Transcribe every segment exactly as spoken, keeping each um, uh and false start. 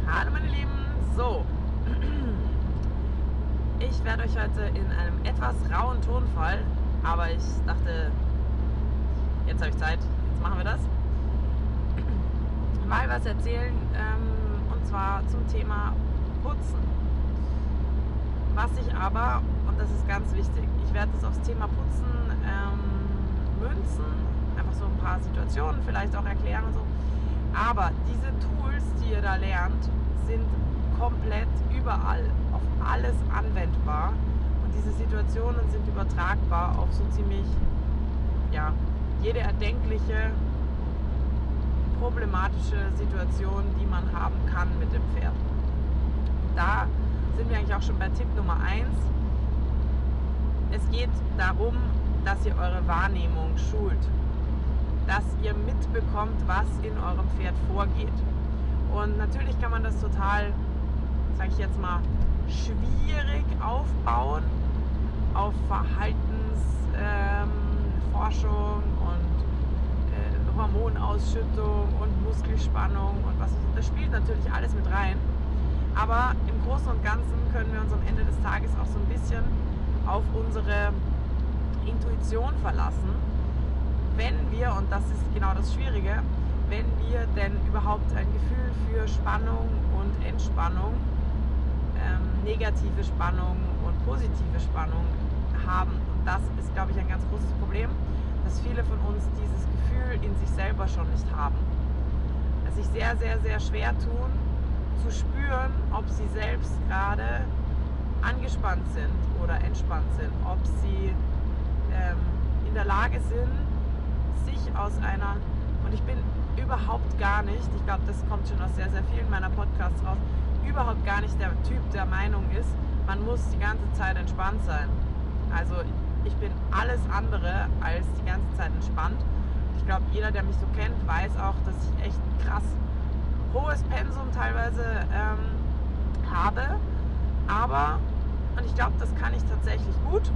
Hallo meine Lieben, so, ich werde euch heute in einem etwas rauen Tonfall, aber ich dachte, jetzt habe ich Zeit, jetzt machen wir das, mal was erzählen, ähm, und zwar zum Thema Putzen. Was ich aber, und das ist ganz wichtig, ich werde das aufs Thema Putzen ähm, münzen, einfach so ein paar Situationen vielleicht auch erklären und so. Aber diese Tools, die ihr da lernt, sind komplett überall, auf alles anwendbar. Und diese Situationen sind übertragbar auf so ziemlich, ja, jede erdenkliche, problematische Situation, die man haben kann mit dem Pferd. Und da sind wir eigentlich auch schon bei Tipp Nummer eins. Es geht darum, dass ihr eure Wahrnehmung schult. Dass ihr mitbekommt, was in eurem Pferd vorgeht. Und natürlich kann man das total, sage ich jetzt mal, schwierig aufbauen auf Verhaltensforschung ähm, und äh, Hormonausschüttung und Muskelspannung und was. Das spielt natürlich alles mit rein. Aber im Großen und Ganzen können wir uns am Ende des Tages auch so ein bisschen auf unsere Intuition verlassen. Wenn wir, und das ist genau das Schwierige, wenn wir denn überhaupt ein Gefühl für Spannung und Entspannung, ähm, negative Spannung und positive Spannung haben. Und das ist, glaube ich, ein ganz großes Problem, dass viele von uns dieses Gefühl in sich selber schon nicht haben. Dass sich sehr, sehr, sehr schwer tun, zu spüren, ob sie selbst gerade angespannt sind oder entspannt sind, ob sie ähm, in der Lage sind, sich aus einer, und ich bin überhaupt gar nicht, ich glaube, das kommt schon aus sehr, sehr vielen meiner Podcasts raus, überhaupt gar nicht der Typ, der Meinung ist, man muss die ganze Zeit entspannt sein. Also ich bin alles andere als die ganze Zeit entspannt. Ich glaube, jeder, der mich so kennt, weiß auch, dass ich echt ein krass hohes Pensum teilweise ähm, habe. Aber, und ich glaube, das kann ich tatsächlich gut,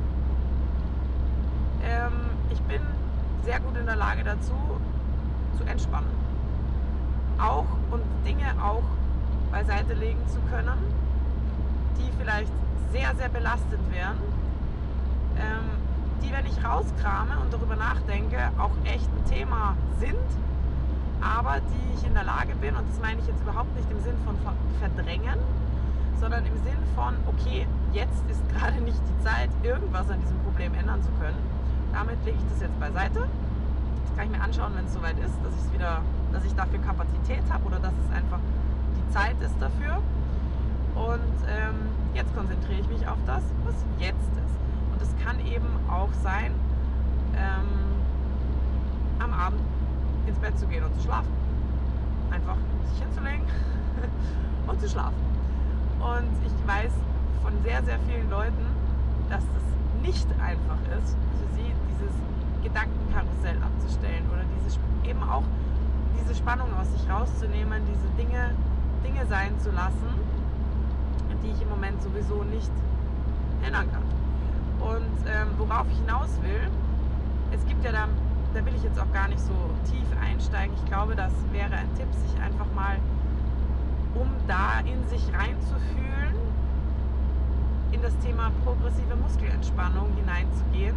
ähm, ich bin sehr gut in der Lage dazu, zu entspannen. Auch und Dinge auch beiseite legen zu können, die vielleicht sehr, sehr belastend wären, ähm, die, wenn ich rauskrame und darüber nachdenke, auch echt ein Thema sind, aber die ich in der Lage bin, und das meine ich jetzt überhaupt nicht im Sinn von verdrängen, sondern im Sinn von, okay, jetzt ist gerade nicht die Zeit, irgendwas an diesem Problem ändern zu können. Damit lege ich das jetzt beiseite. Das kann ich mir anschauen, wenn es soweit ist, dass, ich's wieder, dass ich dafür Kapazität habe oder dass es einfach die Zeit ist dafür. Und ähm, jetzt konzentriere ich mich auf das, was jetzt ist. Und es kann eben auch sein, ähm, am Abend ins Bett zu gehen und zu schlafen. Einfach sich hinzulegen und zu schlafen. Und ich weiß von sehr, sehr vielen Leuten, dass das nicht einfach ist, für sie dieses Gedankenkarussell abzustellen oder diese, eben auch diese Spannung aus sich rauszunehmen, diese Dinge, Dinge sein zu lassen, die ich im Moment sowieso nicht ändern kann. Und ähm, worauf ich hinaus will, es gibt ja da, da will ich jetzt auch gar nicht so tief einsteigen. Ich glaube, das wäre ein Tipp, sich einfach mal, um da in sich reinzufühlen, in das Thema progressive Muskelentspannung hineinzugehen.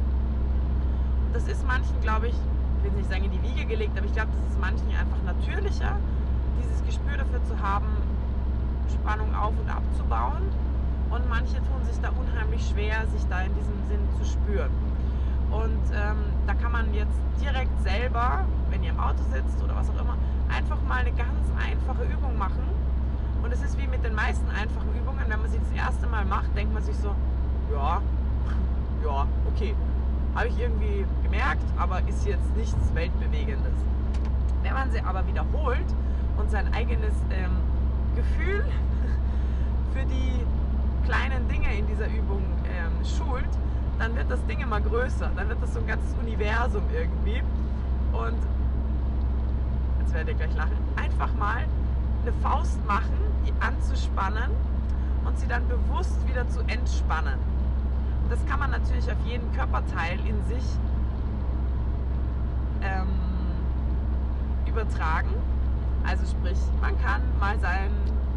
Das ist manchen, glaube ich, ich will nicht sagen in die Wiege gelegt, aber ich glaube, das ist manchen einfach natürlicher, dieses Gespür dafür zu haben, Spannung auf- und abzubauen. Und manche tun sich da unheimlich schwer, sich da in diesem Sinn zu spüren. Und ähm, da kann man jetzt direkt selber, wenn ihr im Auto sitzt oder was auch immer, einfach mal eine ganz einfache Übung machen. Und es ist wie mit den meisten einfachen Übungen, wenn man sie das erste Mal macht, denkt man sich so, ja, ja, okay, habe ich irgendwie gemerkt, aber ist jetzt nichts Weltbewegendes. Wenn man sie aber wiederholt und sein eigenes ähm, Gefühl für die kleinen Dinge in dieser Übung ähm, schult, dann wird das Ding immer größer, dann wird das so ein ganzes Universum irgendwie. Und jetzt werdet ihr gleich lachen, einfach mal eine Faust machen, die anzuspannen und sie dann bewusst wieder zu entspannen. Das kann man natürlich auf jeden Körperteil in sich ähm, übertragen. Also sprich, man kann mal seinen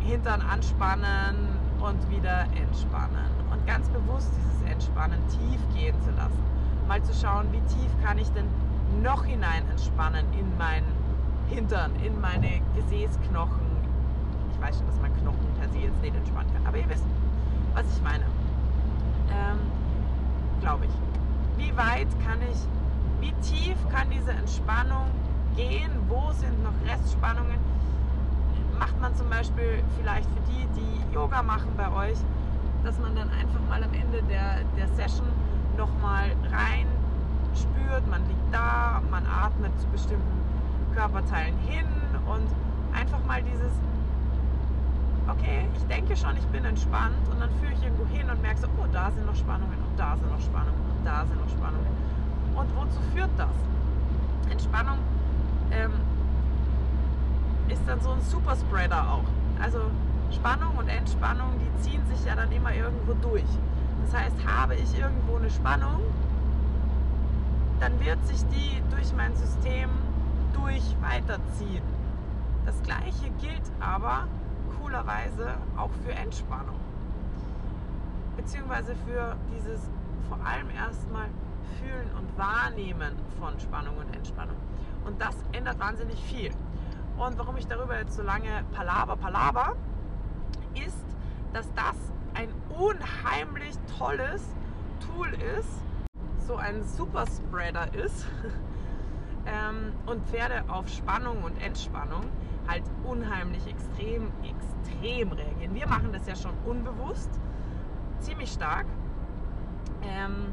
Hintern anspannen und wieder entspannen. Und ganz bewusst dieses Entspannen tief gehen zu lassen. Mal zu schauen, wie tief kann ich denn noch hinein entspannen in meinen Hintern, in meine Gesäßknochen. Ich weiß schon, dass man Knochen per se jetzt nicht entspannen kann, aber ihr wisst, was ich meine. Ähm, Glaube ich. Wie weit kann ich, wie tief kann diese Entspannung gehen? Wo sind noch Restspannungen? Macht man zum Beispiel vielleicht für die, die Yoga machen bei euch, dass man dann einfach mal am Ende der, der Session nochmal rein spürt, man liegt da, man atmet zu bestimmten Körperteilen hin und einfach mal dieses, okay, ich denke schon, ich bin entspannt und dann führe ich irgendwo hin und merke so, oh, da sind noch Spannungen und da sind noch Spannungen und da sind noch Spannungen. Und wozu führt das? Entspannung ähm, ist dann so ein Superspreader auch. Also Spannung und Entspannung, die ziehen sich ja dann immer irgendwo durch. Das heißt, habe ich irgendwo eine Spannung, dann wird sich die durch mein System durch weiterziehen. Das Gleiche gilt aber coolerweise auch für Entspannung. Beziehungsweise für dieses vor allem erstmal Fühlen und Wahrnehmen von Spannung und Entspannung. Und das ändert wahnsinnig viel. Und warum ich darüber jetzt so lange palaver, palaver, ist, dass das ein unheimlich tolles Tool ist, so ein Superspreader ist ähm, und Pferde auf Spannung und Entspannung halt unheimlich extrem, extrem reagieren. Wir machen das ja schon unbewusst, ziemlich stark, ähm,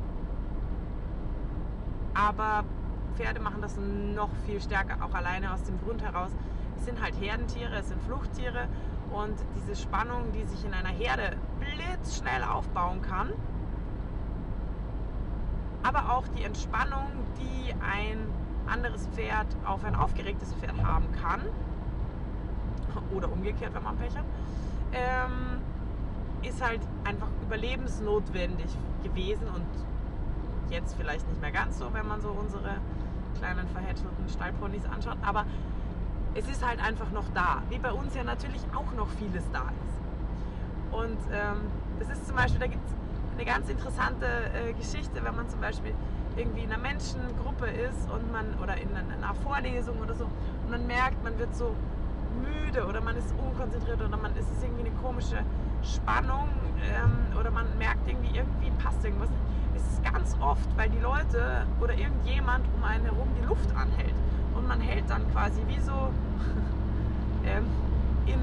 aber Pferde machen das noch viel stärker, auch alleine aus dem Grund heraus, es sind halt Herdentiere, es sind Fluchttiere und diese Spannung, die sich in einer Herde blitzschnell aufbauen kann, aber auch die Entspannung, die ein anderes Pferd auf ein aufgeregtes Pferd haben kann, oder umgekehrt, wenn man Pech hat, ähm, ist halt einfach überlebensnotwendig gewesen und jetzt vielleicht nicht mehr ganz so, wenn man so unsere kleinen verhätschelten Stallponys anschaut, aber es ist halt einfach noch da, wie bei uns ja natürlich auch noch vieles da ist. Und ähm, das ist zum Beispiel, da gibt es eine ganz interessante äh, Geschichte, wenn man zum Beispiel irgendwie in einer Menschengruppe ist und man oder in einer Vorlesung oder so und man merkt, man wird so müde oder man ist unkonzentriert oder man ist es irgendwie eine komische Spannung ähm, oder man merkt irgendwie, irgendwie passt irgendwas nicht. Es ist ganz oft, weil die Leute oder irgendjemand um einen herum die Luft anhält und man hält dann quasi wie so ähm, in,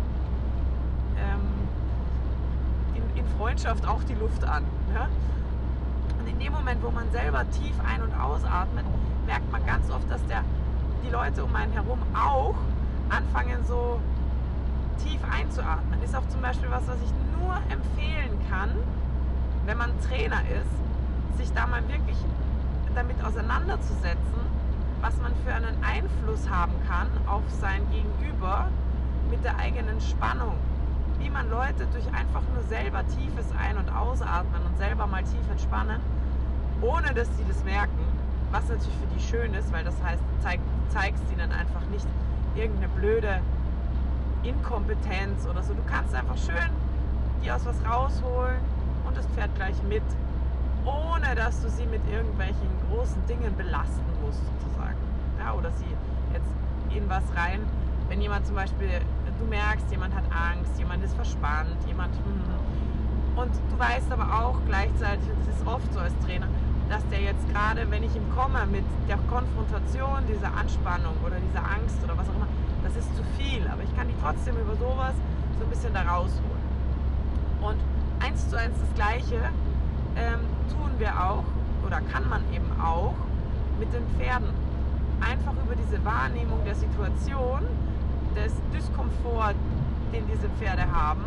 ähm, in, in Freundschaft auch die Luft an. Ja? Und in dem Moment, wo man selber tief ein- und ausatmet, merkt man ganz oft, dass der, die Leute um einen herum auch anfangen so tief einzuatmen. Ist auch zum Beispiel was, was ich nur empfehlen kann, wenn man Trainer ist, sich da mal wirklich damit auseinanderzusetzen, was man für einen Einfluss haben kann auf sein Gegenüber mit der eigenen Spannung. Wie man Leute durch einfach nur selber tiefes Ein- und Ausatmen und selber mal tief entspannen, ohne dass sie das merken, was natürlich für die schön ist, weil das heißt, zeig, zeigst ihnen einfach nicht irgendeine blöde Inkompetenz oder so. Du kannst einfach schön die aus was rausholen und das Pferd gleich mit, ohne dass du sie mit irgendwelchen großen Dingen belasten musst, sozusagen. Ja, oder sie jetzt in was rein, wenn jemand zum Beispiel, du merkst, jemand hat Angst, jemand ist verspannt, jemand hm, und du weißt aber auch gleichzeitig, das ist oft so als Trainer, dass der jetzt gerade, wenn ich ihm komme mit der Konfrontation, dieser Anspannung oder dieser Angst oder was auch immer, das ist zu viel, aber ich kann die trotzdem über sowas so ein bisschen da rausholen. Und eins zu eins das Gleiche ähm, tun wir auch oder kann man eben auch mit den Pferden. Einfach über diese Wahrnehmung der Situation, des Dyskomfort, den diese Pferde haben,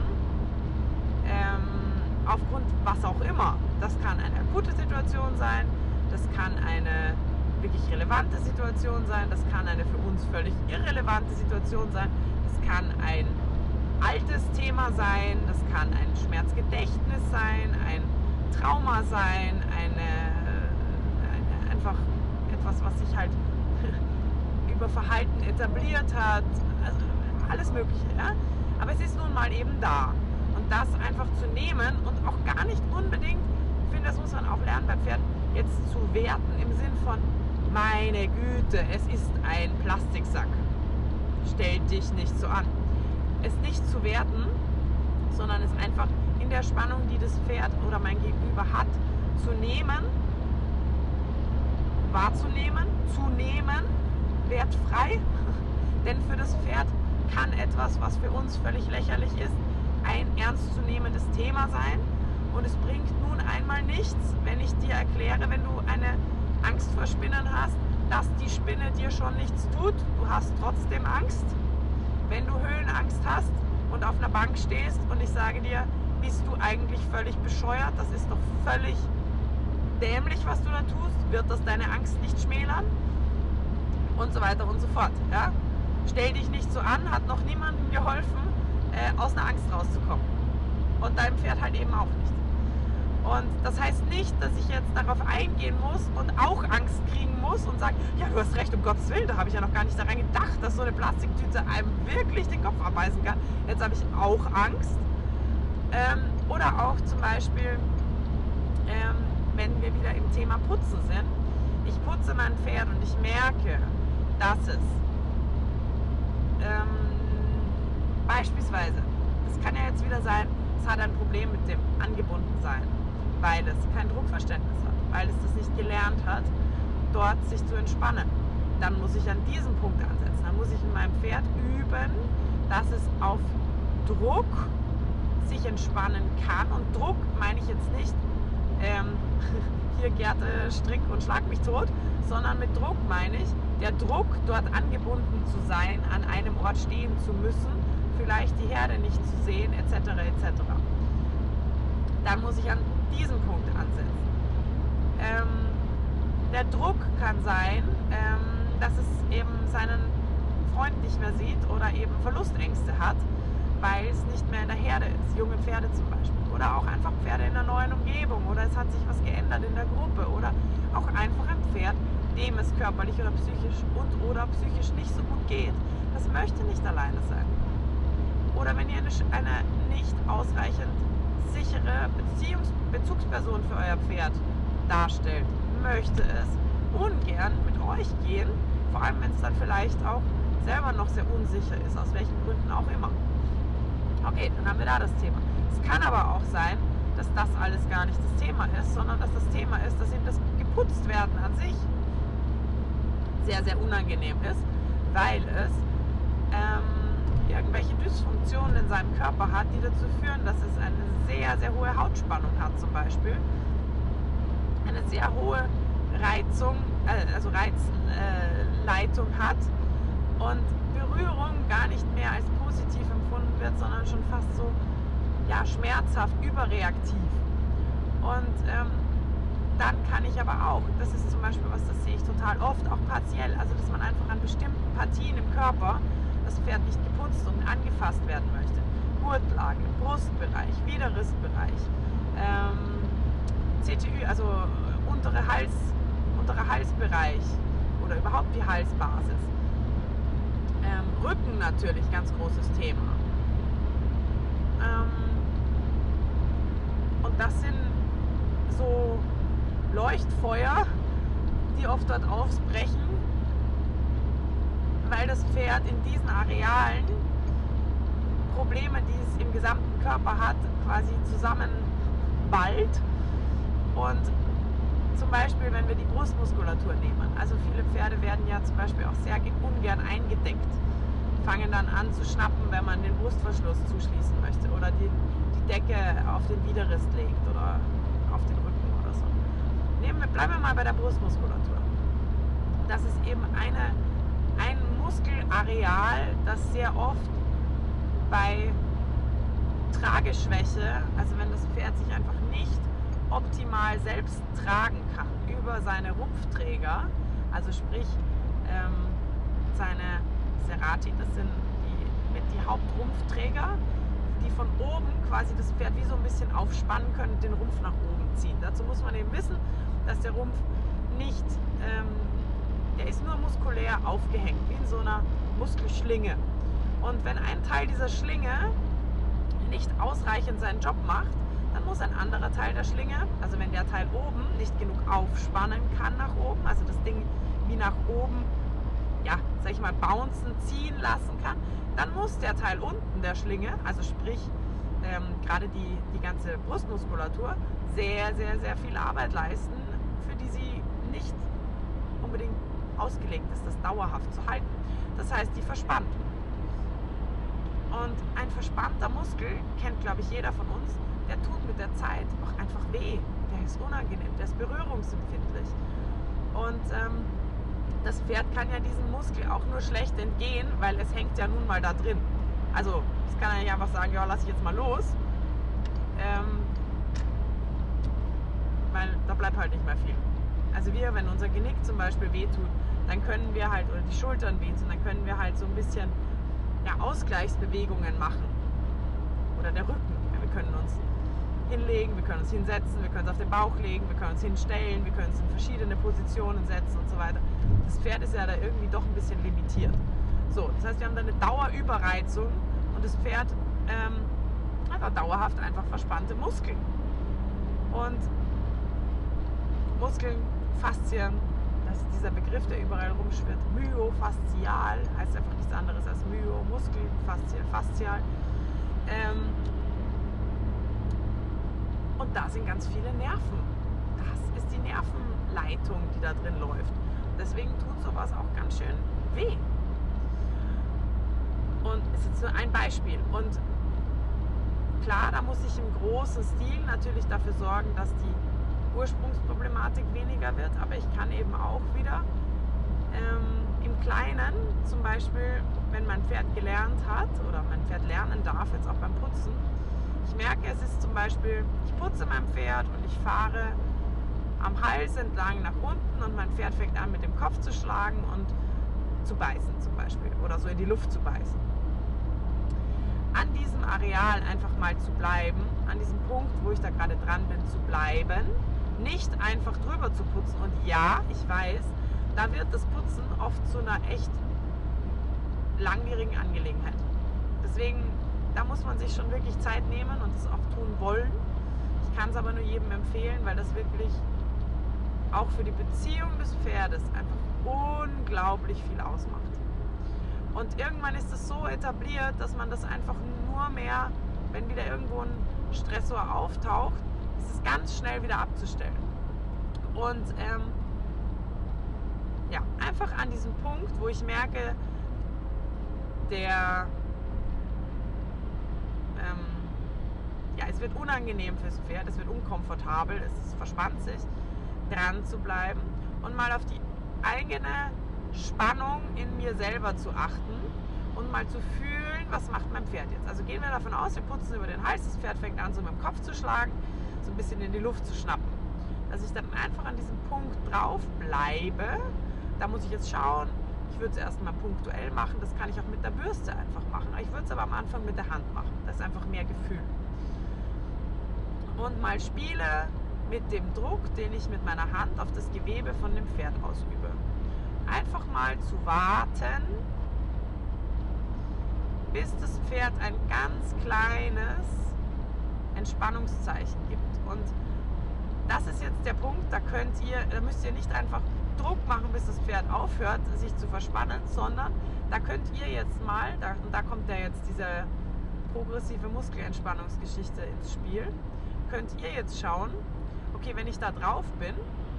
ähm, aufgrund was auch immer. Das kann eine akute Situation sein, das kann eine wirklich relevante Situation sein, das kann eine für uns völlig irrelevante Situation sein, das kann ein altes Thema sein, das kann ein Schmerzgedächtnis sein, ein Trauma sein, eine, eine einfach etwas, was sich halt über Verhalten etabliert hat. Also alles Mögliche. Ja? Aber es ist nun mal eben da. Und das einfach zu nehmen und auch gar nicht unbedingt, ich finde, das muss man auch lernen beim Pferd, jetzt zu werten im Sinn von, meine Güte, es ist ein Plastiksack. Stell dich nicht so an. Es nicht zu werten, sondern es einfach in der Spannung, die das Pferd oder mein Gegenüber hat, zu nehmen, wahrzunehmen, zu nehmen, wertfrei. Denn für das Pferd kann etwas, was für uns völlig lächerlich ist, ein ernstzunehmendes Thema sein. Und es bringt nun einmal nichts, wenn ich dir erkläre, wenn du eine Angst vor Spinnen hast, dass die Spinne dir schon nichts tut. Du hast trotzdem Angst. Wenn du Höhenangst hast und auf einer Bank stehst und ich sage dir, bist du eigentlich völlig bescheuert, das ist doch völlig dämlich, was du da tust, wird das deine Angst nicht schmälern und so weiter und so fort. Ja? Stell dich nicht so an, hat noch niemandem geholfen, äh, aus einer Angst rauszukommen. Und deinem Pferd halt eben auch nicht. Und das heißt nicht, dass ich jetzt darauf eingehen muss und auch Angst kriegen muss und sage, ja, du hast recht, um Gottes Willen, da habe ich ja noch gar nicht daran gedacht, dass so eine Plastiktüte einem wirklich den Kopf abbeißen kann. Jetzt habe ich auch Angst. Ähm, oder auch zum Beispiel, ähm, wenn wir wieder im Thema Putzen sind. Ich putze mein Pferd und ich merke, dass es ähm, beispielsweise, es kann ja jetzt wieder sein, es hat ein Problem mit dem Angebundensein, weil es kein Druckverständnis hat, weil es das nicht gelernt hat, dort sich zu entspannen. Dann muss ich an diesem Punkt ansetzen. Dann muss ich in meinem Pferd üben, dass es auf Druck sich entspannen kann. Und Druck meine ich jetzt nicht, ähm, hier Gerte, Strick und Schlag mich tot, sondern mit Druck meine ich, der Druck, dort angebunden zu sein, an einem Ort stehen zu müssen, vielleicht die Herde nicht zu sehen, et cetera et cetera. Dann muss ich an diesem Punkt ansetzen. Ähm, der Druck kann sein, ähm, dass es eben seinen Freund nicht mehr sieht oder eben Verlustängste hat, weil es nicht mehr in der Herde ist, junge Pferde zum Beispiel. Oder auch einfach Pferde in einer neuen Umgebung oder es hat sich was geändert in der Gruppe oder auch einfach ein Pferd, dem es körperlich oder psychisch und oder psychisch nicht so gut geht. Das möchte nicht alleine sein. Oder wenn ihr eine, eine nicht ausreichend sichere Beziehungs Bezugsperson für euer Pferd darstellt, möchte es ungern mit euch gehen, vor allem wenn es dann vielleicht auch selber noch sehr unsicher ist, aus welchen Gründen auch immer. Okay, dann haben wir da das Thema. Es kann aber auch sein, dass das alles gar nicht das Thema ist, sondern dass das Thema ist, dass ihm das Geputztwerden an sich sehr, sehr unangenehm ist, weil es ähm, irgendwelche Dysfunktionen in seinem Körper hat, die dazu führen, dass es eine sehr, sehr hohe Hautspannung hat zum Beispiel. Eine sehr hohe Reizung, äh, also Reizleitung äh, hat und Berührung gar nicht mehr als positiv empfunden wird, sondern schon fast so ja, schmerzhaft, überreaktiv. Und ähm, dann kann ich aber auch, das ist zum Beispiel was, das sehe ich total oft, auch partiell, also dass man einfach an bestimmten Partien im Körper das Pferd nicht geputzt und angefasst werden möchte. Gurtlage, Brustbereich, Widerristbereich, ähm, C T Ü, also untere Hals, unterer Halsbereich oder überhaupt die Halsbasis. Ähm, Rücken natürlich, ganz großes Thema. Ähm, und das sind so Leuchtfeuer, die oft dort ausbrechen, weil das Pferd in diesen Arealen Probleme, die es im gesamten Körper hat, quasi zusammenballt. Und zum Beispiel, wenn wir die Brustmuskulatur nehmen, also viele Pferde werden ja zum Beispiel auch sehr ungern eingedeckt, fangen dann an zu schnappen, wenn man den Brustverschluss zuschließen möchte oder die, die Decke auf den Widerrist legt oder auf den Rücken oder so. Nehmen wir, bleiben wir mal bei der Brustmuskulatur. Das ist eben eine, ein Muskelareal, das sehr oft bei Trageschwäche, also wenn das Pferd sich einfach nicht optimal selbst tragen kann über seine Rumpfträger, also sprich ähm, seine Serrati, das sind die, mit die Hauptrumpfträger, die von oben quasi das Pferd wie so ein bisschen aufspannen können und den Rumpf nach oben ziehen. Dazu muss man eben wissen, dass der Rumpf nicht, ähm, der ist nur muskulär aufgehängt, wie in so einer Muskelschlinge. Und wenn ein Teil dieser Schlinge nicht ausreichend seinen Job macht, dann muss ein anderer Teil der Schlinge, also wenn der Teil oben nicht genug aufspannen kann nach oben, also das Ding wie nach oben, ja, sag ich mal, bouncen, ziehen lassen kann, dann muss der Teil unten der Schlinge, also sprich ähm, gerade die, die ganze Brustmuskulatur, sehr, sehr, sehr viel Arbeit leisten, für die sie nicht unbedingt ausgelegt ist, das dauerhaft zu halten. Das heißt, die verspannt. Und ein verspannter Muskel, kennt glaube ich jeder von uns, der tut mit der Zeit auch einfach weh. Der ist unangenehm, der ist berührungsempfindlich. Und ähm, das Pferd kann ja diesem Muskel auch nur schlecht entgehen, weil es hängt ja nun mal da drin. Also es kann ja nicht einfach sagen, ja, lass ich jetzt mal los. Ähm, weil da bleibt halt nicht mehr viel. Also wir, wenn unser Genick zum Beispiel wehtut, dann können wir halt, oder die Schultern wehtun, dann können wir halt so ein bisschen ja, Ausgleichsbewegungen machen. Oder der Rücken. Ja, wir können uns hinlegen, wir können uns hinsetzen, wir können uns auf den Bauch legen, wir können uns hinstellen, wir können uns in verschiedene Positionen setzen und so weiter. Das Pferd ist ja da irgendwie doch ein bisschen limitiert. So, das heißt, wir haben da eine Dauerüberreizung und das Pferd ähm, hat da dauerhaft einfach verspannte Muskeln. Und Muskeln, Faszien, das ist dieser Begriff, der überall rumschwirrt. Myofaszial heißt einfach nichts anderes als Myo, Muskel, Faszial, Faszial. Ähm, und da sind ganz viele Nerven. Das ist die Nervenleitung, die da drin läuft. Deswegen tut sowas auch ganz schön weh. Und es ist jetzt nur ein Beispiel. Und klar, da muss ich im großen Stil natürlich dafür sorgen, dass die Ursprungsproblematik weniger wird, aber ich kann eben auch wieder ähm, im Kleinen, zum Beispiel, wenn mein Pferd gelernt hat oder mein Pferd lernen darf, jetzt auch beim Putzen, ich merke, es ist zum Beispiel, ich putze mein Pferd und ich fahre am Hals entlang nach unten und mein Pferd fängt an mit dem Kopf zu schlagen und zu beißen zum Beispiel oder so in die Luft zu beißen. An diesem Areal einfach mal zu bleiben, an diesem Punkt, wo ich da gerade dran bin, zu bleiben, nicht einfach drüber zu putzen. Und ja, ich weiß, da wird das Putzen oft zu einer echt langwierigen Angelegenheit. Deswegen, da muss man sich schon wirklich Zeit nehmen und es auch tun wollen. Ich kann es aber nur jedem empfehlen, weil das wirklich auch für die Beziehung des Pferdes einfach unglaublich viel ausmacht. Und irgendwann ist es so etabliert, dass man das einfach nur mehr, wenn wieder irgendwo ein Stressor auftaucht, ist es ganz schnell wieder abzustellen. Und ähm, ja, einfach an diesem Punkt, wo ich merke, der ähm, ja, es wird unangenehm fürs Pferd, es wird unkomfortabel, es verspannt sich, dran zu bleiben und mal auf die eigene Spannung in mir selber zu achten und mal zu fühlen, was macht mein Pferd jetzt. Also gehen wir davon aus, wir putzen über den Hals, das Pferd fängt an, so mit dem Kopf zu schlagen, so ein bisschen in die Luft zu schnappen. Dass ich dann einfach an diesem Punkt drauf bleibe, da muss ich jetzt schauen, ich würde es erstmal punktuell machen, das kann ich auch mit der Bürste einfach machen. Ich würde es aber am Anfang mit der Hand machen, das ist einfach mehr Gefühl. Und mal spiele mit dem Druck, den ich mit meiner Hand auf das Gewebe von dem Pferd ausübe. Einfach mal zu warten, bis das Pferd ein ganz kleines Entspannungszeichen gibt. Und das ist jetzt der Punkt, da könnt ihr, da müsst ihr nicht einfach Druck machen, bis das Pferd aufhört, sich zu verspannen, sondern da könnt ihr jetzt mal, da, und da kommt ja jetzt diese progressive Muskelentspannungsgeschichte ins Spiel, könnt ihr jetzt schauen, okay, wenn ich da drauf bin,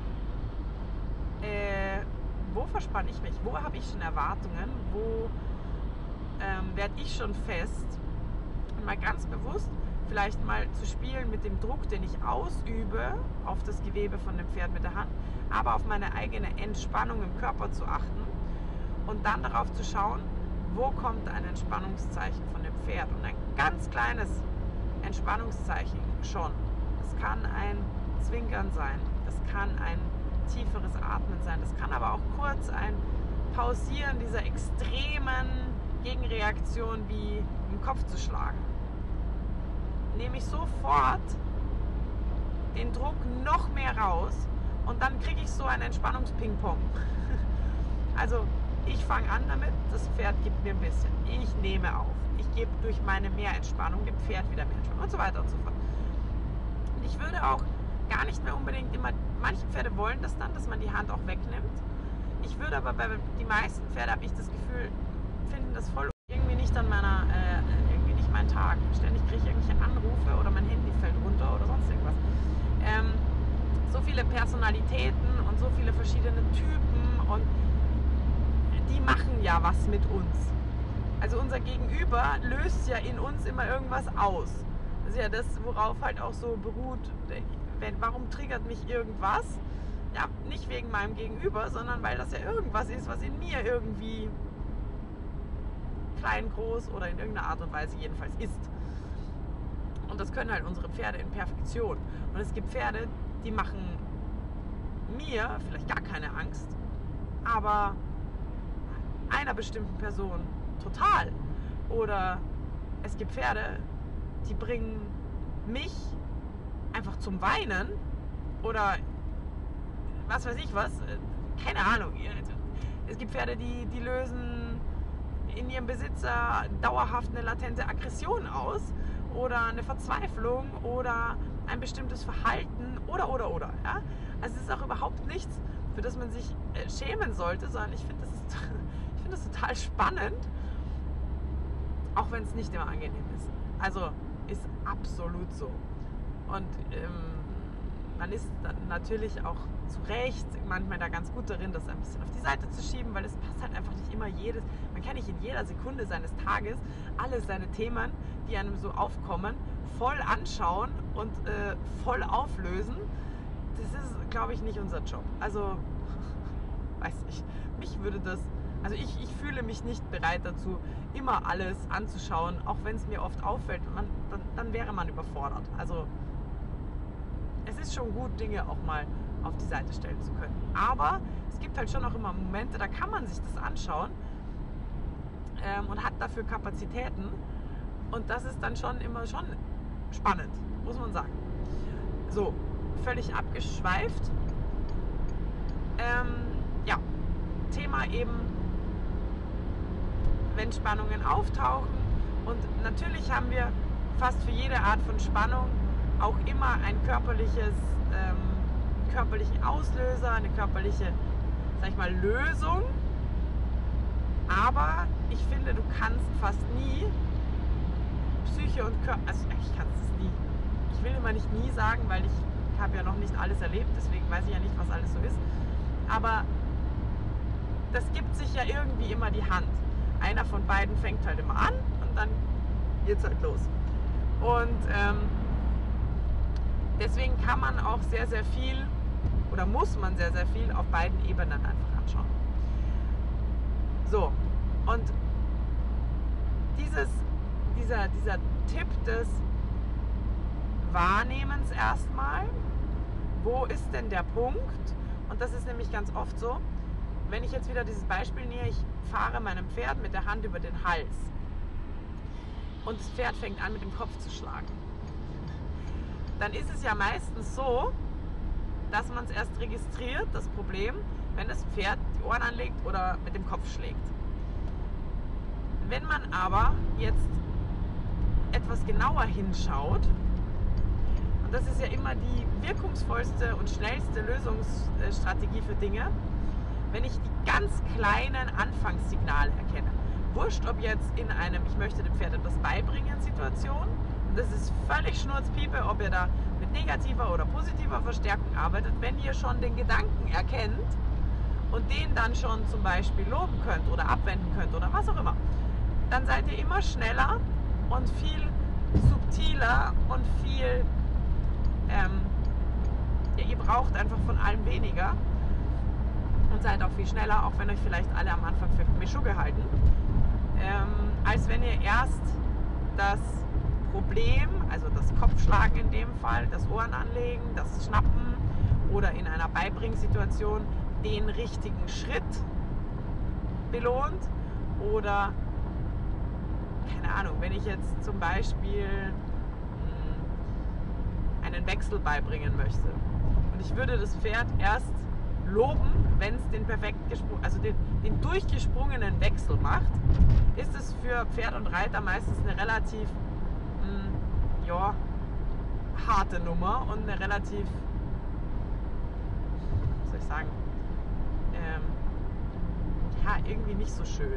äh, wo verspanne ich mich? Wo habe ich schon Erwartungen? Wo ähm, werde ich schon fest? Und mal ganz bewusst vielleicht mal zu spielen mit dem Druck, den ich ausübe auf das Gewebe von dem Pferd mit der Hand, aber auf meine eigene Entspannung im Körper zu achten und dann darauf zu schauen, wo kommt ein Entspannungszeichen von dem Pferd. Und ein ganz kleines Entspannungszeichen schon. Es kann ein Zwinkern sein, es kann ein tieferes Atmen sein. Das kann aber auch kurz ein Pausieren dieser extremen Gegenreaktion wie im Kopf zu schlagen. Nehme ich sofort den Druck noch mehr raus und dann kriege ich so einen Entspannungsping-Pong. Also Ich fange an damit, das Pferd gibt mir ein bisschen. Ich nehme auf. Ich gebe durch meine Mehrentspannung dem Pferd wieder mehr Entspannung und so weiter und so fort. Und ich würde auch gar nicht mehr unbedingt immer, manche Pferde wollen das dann, dass man die Hand auch wegnimmt. Ich würde aber bei die meisten Pferde, habe ich das Gefühl, finden das voll irgendwie nicht an meiner, äh, irgendwie nicht mein Tag. Ständig kriege ich irgendwelche Anrufe oder mein Handy fällt runter oder sonst irgendwas. Ähm, so viele Personalitäten und so viele verschiedene Typen und die machen ja was mit uns. Also unser Gegenüber löst ja in uns immer irgendwas aus. Das ist ja das, worauf halt auch so beruht, wenn, warum triggert mich irgendwas? Ja, nicht wegen meinem Gegenüber, sondern weil das ja irgendwas ist, was in mir irgendwie klein, groß oder in irgendeiner Art und Weise jedenfalls ist. Und das können halt unsere Pferde in Perfektion. Und es gibt Pferde, die machen mir vielleicht gar keine Angst, aber einer bestimmten Person total. Oder es gibt Pferde, die bringen mich einfach zum Weinen oder was weiß ich was, keine Ahnung. Es gibt Pferde, die, die lösen in ihrem Besitzer dauerhaft eine latente Aggression aus oder eine Verzweiflung oder ein bestimmtes Verhalten oder oder oder. Ja? Also es ist auch überhaupt nichts, für das man sich schämen sollte, sondern ich finde das, ist, ich finde das total spannend, auch wenn es nicht immer angenehm ist. Also ist absolut so. Und ähm, man ist dann natürlich auch zu Recht manchmal da ganz gut darin, das ein bisschen auf die Seite zu schieben, weil es passt halt einfach nicht immer jedes, man kann nicht in jeder Sekunde seines Tages alle seine Themen, die einem so aufkommen, voll anschauen und äh, voll auflösen. Das ist, glaube ich, nicht unser Job. Also, weiß ich, mich würde das, also ich, ich fühle mich nicht bereit dazu, immer alles anzuschauen, auch wenn es mir oft auffällt, man, dann, dann wäre man überfordert. Also, es ist schon gut, Dinge auch mal auf die Seite stellen zu können. Aber es gibt halt schon auch immer Momente, da kann man sich das anschauen ähm, und hat dafür Kapazitäten. Und das ist dann schon immer schon spannend, muss man sagen. So, völlig abgeschweift. Ähm, ja, Thema eben, wenn Spannungen auftauchen. Und natürlich haben wir fast für jede Art von Spannung auch immer ein körperliches, ähm, körperlichen Auslöser, eine körperliche, sag ich mal, Lösung. Aber ich finde, du kannst fast nie Psyche und Körper, also ich kann es nie. Ich will immer nicht nie sagen, weil ich habe ja noch nicht alles erlebt, deswegen weiß ich ja nicht, was alles so ist. Aber das gibt sich ja irgendwie immer die Hand. Einer von beiden fängt halt immer an und dann geht's halt los. Und ähm, deswegen kann man auch sehr, sehr viel oder muss man sehr, sehr viel auf beiden Ebenen einfach anschauen. So, und dieses, dieser, dieser Tipp des Wahrnehmens erstmal, wo ist denn der Punkt? Und das ist nämlich ganz oft so, wenn ich jetzt wieder dieses Beispiel nehme, ich fahre meinem Pferd mit der Hand über den Hals und das Pferd fängt an mit dem Kopf zu schlagen. Dann ist es ja meistens so, dass man es erst registriert, das Problem, wenn das Pferd die Ohren anlegt oder mit dem Kopf schlägt. Wenn man aber jetzt etwas genauer hinschaut, und das ist ja immer die wirkungsvollste und schnellste Lösungsstrategie für Dinge, wenn ich die ganz kleinen Anfangssignale erkenne. Wurscht, ob jetzt in einem, ich möchte dem Pferd etwas beibringen, Situation, und das ist völlig Schnurzpiepe, ob ihr da mit negativer oder positiver Verstärkung arbeitet, wenn ihr schon den Gedanken erkennt und den dann schon zum Beispiel loben könnt oder abwenden könnt oder was auch immer, dann seid ihr immer schneller und viel subtiler und viel, ähm, ja, ihr braucht einfach von allem weniger und seid auch viel schneller, auch wenn euch vielleicht alle am Anfang für Mischugge halten, ähm, als wenn ihr erst das Problem, also das Kopfschlagen in dem Fall, das Ohren anlegen, das Schnappen oder in einer Beibringssituation den richtigen Schritt belohnt oder, keine Ahnung, wenn ich jetzt zum Beispiel mh, einen Wechsel beibringen möchte und ich würde das Pferd erst loben, wenn es den perfekt gesprungen, also den, den durchgesprungenen Wechsel macht, ist es für Pferd und Reiter meistens eine relativ mh, ja, harte Nummer und eine relativ, wie soll ich sagen, ähm, ja, irgendwie nicht so schön.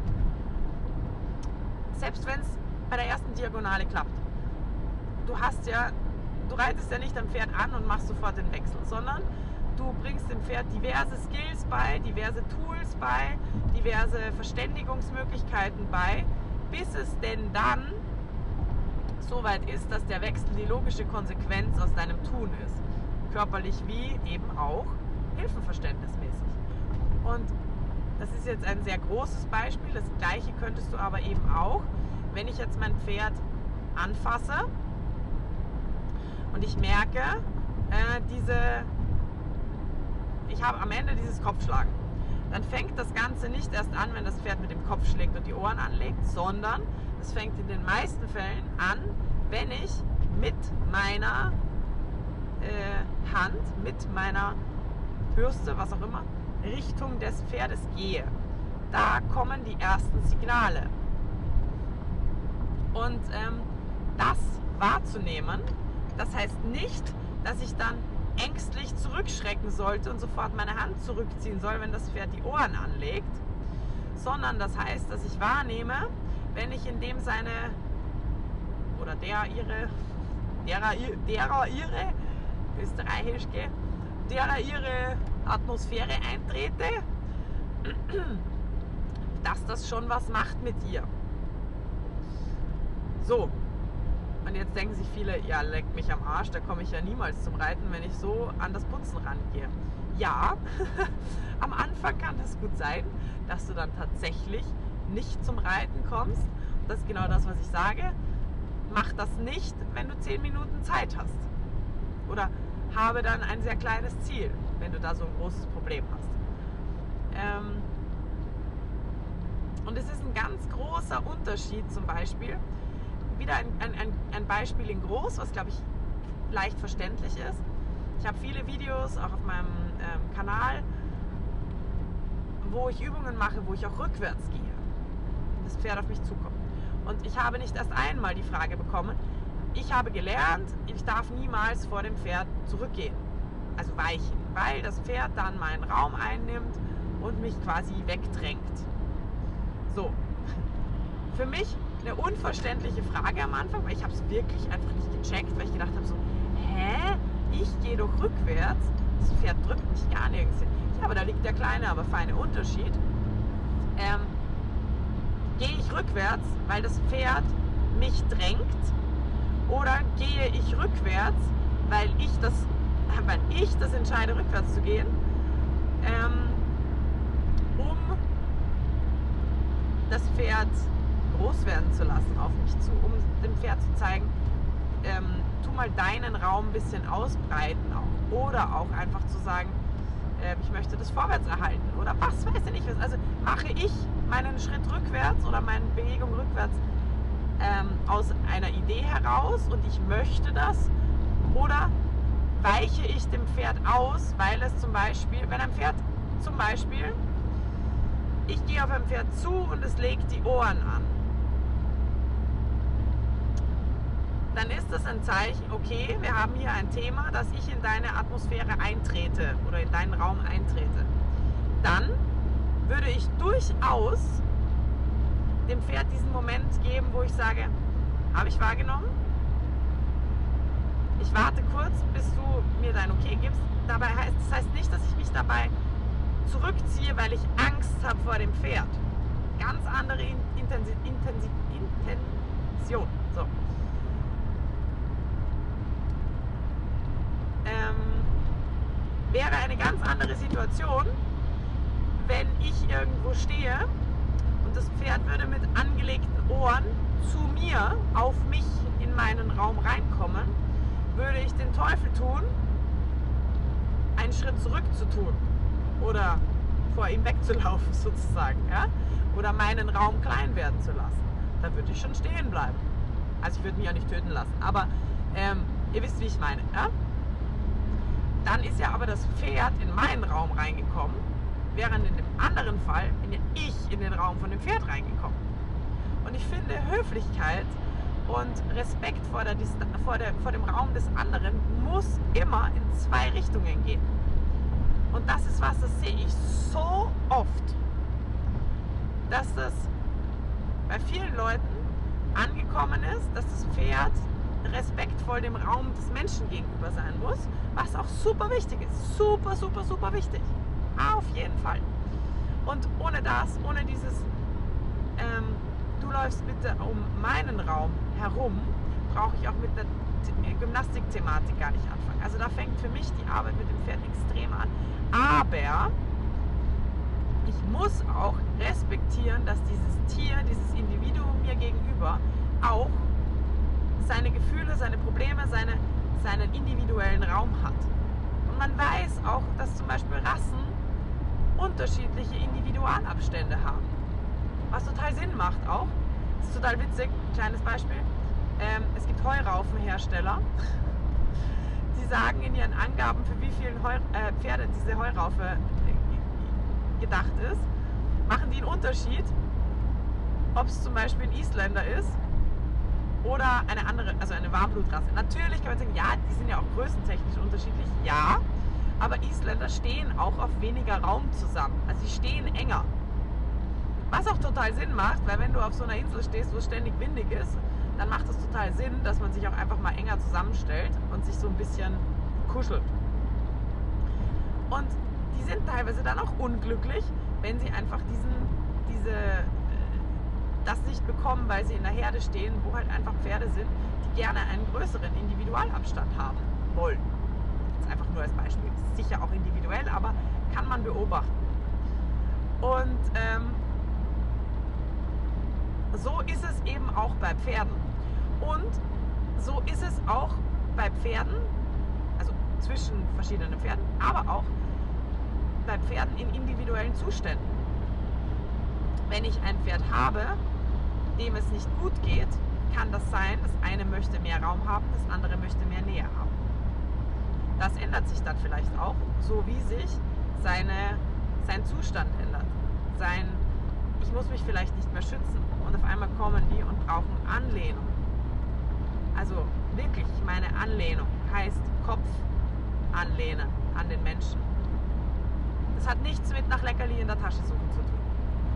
Selbst wenn es bei der ersten Diagonale klappt. Du hast ja, du reitest ja nicht am Pferd an und machst sofort den Wechsel, sondern du bringst dem Pferd diverse Skills bei, diverse Tools bei, diverse Verständigungsmöglichkeiten bei, bis es denn dann so weit ist, dass der Wechsel die logische Konsequenz aus deinem Tun ist. Körperlich wie eben auch hilfenverständnismäßig. Und das ist jetzt ein sehr großes Beispiel. Das gleiche könntest du aber eben auch, wenn ich jetzt mein Pferd anfasse und ich merke, äh, diese, ich habe am Ende dieses Kopfschlagen. Dann fängt das Ganze nicht erst an, wenn das Pferd mit dem Kopf schlägt und die Ohren anlegt, sondern es fängt in den meisten Fällen an, wenn ich mit meiner äh, Hand, mit meiner Bürste, was auch immer, Richtung des Pferdes gehe. Da kommen die ersten Signale. Und ähm, das wahrzunehmen, das heißt nicht, dass ich dann ängstlich zurückschrecken sollte und sofort meine Hand zurückziehen soll, wenn das Pferd die Ohren anlegt, sondern das heißt, dass ich wahrnehme, wenn ich in dem seine oder der ihre derer, derer ihre österreichisch, gell, derer ihre Atmosphäre eintrete, dass das schon was macht mit ihr. So, und jetzt denken sich viele, ja, leck mich am Arsch, da komme ich ja niemals zum Reiten, wenn ich so an das Putzen rangehe. Ja, am Anfang kann das gut sein, dass du dann tatsächlich nicht zum Reiten kommst. Und das ist genau das, was ich sage. Mach das nicht, wenn du zehn Minuten Zeit hast. Oder habe dann ein sehr kleines Ziel, wenn du da so ein großes Problem hast. Ähm und es ist ein ganz großer Unterschied zum Beispiel, wieder ein, ein, ein Beispiel in groß, was glaube ich leicht verständlich ist. Ich habe viele Videos auch auf meinem ähm, Kanal, wo ich Übungen mache, wo ich auch rückwärts gehe und das Pferd auf mich zukommt. Und ich habe nicht erst einmal die Frage bekommen, ich habe gelernt, ich darf niemals vor dem Pferd zurückgehen, also weichen, weil das Pferd dann meinen Raum einnimmt und mich quasi wegdrängt. So, für mich eine unverständliche Frage am Anfang, weil ich habe es wirklich einfach nicht gecheckt, weil ich gedacht habe so, hä, ich gehe doch rückwärts, das Pferd drückt mich gar nirgends hin. Ja, aber da liegt der kleine, aber feine Unterschied. Ähm, gehe ich rückwärts, weil das Pferd mich drängt, oder gehe ich rückwärts, weil ich das, weil ich das entscheide, rückwärts zu gehen, ähm, um das Pferd groß werden zu lassen auf mich zu, um dem Pferd zu zeigen, ähm, tu mal deinen Raum ein bisschen ausbreiten auch. Oder auch einfach zu sagen, äh, ich möchte das vorwärts erhalten oder was weiß ich nicht. Also mache ich meinen Schritt rückwärts oder meine Bewegung rückwärts ähm, aus einer Idee heraus und ich möchte das, oder weiche ich dem Pferd aus, weil es zum Beispiel, wenn ein Pferd zum Beispiel, ich gehe auf ein Pferd zu und es legt die Ohren an, dann ist das ein Zeichen, okay, wir haben hier ein Thema, dass ich in deine Atmosphäre eintrete oder in deinen Raum eintrete. Dann würde ich durchaus dem Pferd diesen Moment geben, wo ich sage, habe ich wahrgenommen? Ich warte kurz, bis du mir dein Okay gibst. Dabei heißt, das heißt nicht, dass ich mich dabei zurückziehe, weil ich Angst habe vor dem Pferd. Ganz andere Intensi Intensi Intention. So. Ähm, wäre eine ganz andere Situation, wenn ich irgendwo stehe und das Pferd würde mit angelegten Ohren zu mir, auf mich in meinen Raum reinkommen, würde ich den Teufel tun, einen Schritt zurück zu tun oder vor ihm wegzulaufen sozusagen, ja? Oder meinen Raum klein werden zu lassen. Da würde ich schon stehen bleiben. Also ich würde mich ja nicht töten lassen, aber ähm, ihr wisst, wie ich meine. Ja? Dann ist ja aber das Pferd in meinen Raum reingekommen, während in dem anderen Fall bin ja ich in den Raum von dem Pferd reingekommen. Und ich finde, Höflichkeit und Respekt vor, der, vor, der, vor dem Raum des anderen muss immer in zwei Richtungen gehen. Und das ist was, das sehe ich so oft, dass das bei vielen Leuten angekommen ist, dass das Pferd respektvoll dem Raum des Menschen gegenüber sein muss, was auch super wichtig ist. Super, super, super wichtig. Auf jeden Fall. Und ohne das, ohne dieses ähm, du läufst bitte um meinen Raum herum, brauche ich auch mit der Gymnastikthematik gar nicht anfangen. Also da fängt für mich die Arbeit mit dem Pferd extrem an. Aber ich muss auch respektieren, dass dieses Tier, dieses Individuum mir gegenüber auch seine Gefühle, seine Probleme, seine, seinen individuellen Raum hat. Und man weiß auch, dass zum Beispiel Rassen unterschiedliche Individualabstände haben. Was total Sinn macht auch. Das ist total witzig. Kleines Beispiel. Ähm, es gibt Heuraufenhersteller, die sagen in ihren Angaben, für wie viele Heu äh, Pferde diese Heuraufe äh, gedacht ist, machen die einen Unterschied, ob es zum Beispiel ein Isländer ist oder eine andere, also eine Warmblutrasse. Natürlich kann man sagen, ja, die sind ja auch größentechnisch unterschiedlich, ja, aber Isländer stehen auch auf weniger Raum zusammen. Also sie stehen enger. Was auch total Sinn macht, weil wenn du auf so einer Insel stehst, wo es ständig windig ist, dann macht es total Sinn, dass man sich auch einfach mal enger zusammenstellt und sich so ein bisschen kuschelt. Und die sind teilweise dann auch unglücklich, wenn sie einfach diesen, diese, das nicht bekommen, weil sie in der Herde stehen, wo halt einfach Pferde sind, die gerne einen größeren Individualabstand haben wollen. Jetzt einfach nur als Beispiel. Das ist sicher auch individuell, aber kann man beobachten. Und ähm, so ist es eben auch bei Pferden. Und so ist es auch bei Pferden, also zwischen verschiedenen Pferden, aber auch bei Pferden in individuellen Zuständen. Wenn ich ein Pferd habe, dem es nicht gut geht, kann das sein, das eine möchte mehr Raum haben, das andere möchte mehr Nähe haben. Das ändert sich dann vielleicht auch, so wie sich seine, sein Zustand ändert. Sein, ich muss mich vielleicht nicht mehr schützen. Und auf einmal kommen die und brauchen Anlehnung. Also wirklich, meine Anlehnung heißt Kopf anlehnen an den Menschen. Das hat nichts mit nach Leckerli in der Tasche suchen zu tun.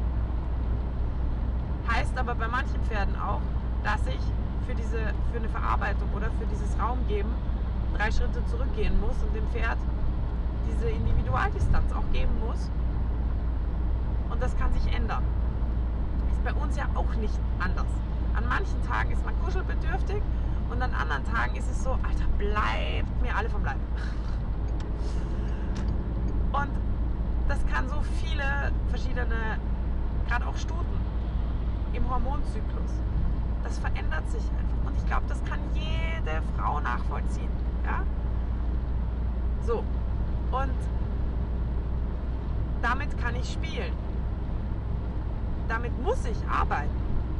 Heißt aber bei manchen Pferden auch, dass ich für, diese, für eine Verarbeitung oder für dieses Raumgeben drei Schritte zurückgehen muss und dem Pferd diese Individualdistanz auch geben muss. Und das kann sich ändern. Ist bei uns ja auch nicht anders. An manchen Tagen ist man kuschelbedürftig und an anderen Tagen ist es so, Alter, bleibt mir alle vom Leib. Und das kann so viele verschiedene, gerade auch Stuten im Hormonzyklus, das verändert sich einfach. Und ich glaube, das kann jede Frau nachvollziehen. Ja? So, und damit kann ich spielen. Damit muss ich arbeiten.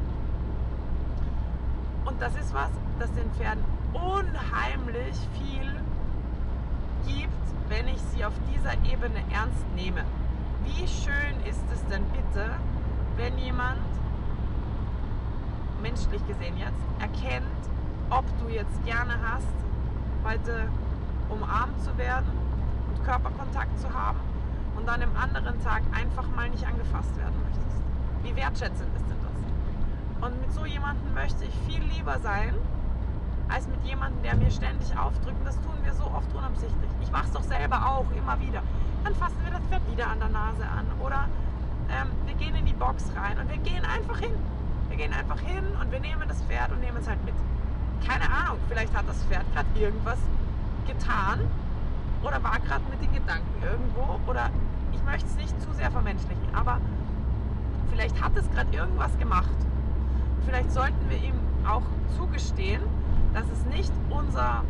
Und das ist was, das den Pferden unheimlich viel gibt, wenn ich sie auf dieser Ebene ernst nehme. Wie schön ist es denn bitte, wenn jemand, menschlich gesehen jetzt, erkennt, ob du jetzt gerne hast, heute umarmt zu werden und Körperkontakt zu haben und dann am anderen Tag einfach mal nicht angefasst werden möchtest. Wie wertschätzend ist denn das? Und mit so jemandem möchte ich viel lieber sein, als mit jemandem, der mir ständig aufdrückt. Und das tun wir so oft unabsichtlich. Ich mache es doch selber auch, immer wieder. Dann fassen wir das Pferd wieder an der Nase an. Oder ähm, wir gehen in die Box rein und wir gehen einfach hin. Wir gehen einfach hin und wir nehmen das Pferd und nehmen es halt mit. Keine Ahnung, vielleicht hat das Pferd gerade irgendwas getan oder war gerade mit den Gedanken irgendwo. Oder ich möchte es nicht zu sehr vermenschlichen, aber vielleicht hat es gerade irgendwas gemacht. Vielleicht sollten wir ihm auch zugestehen, dass es nicht unser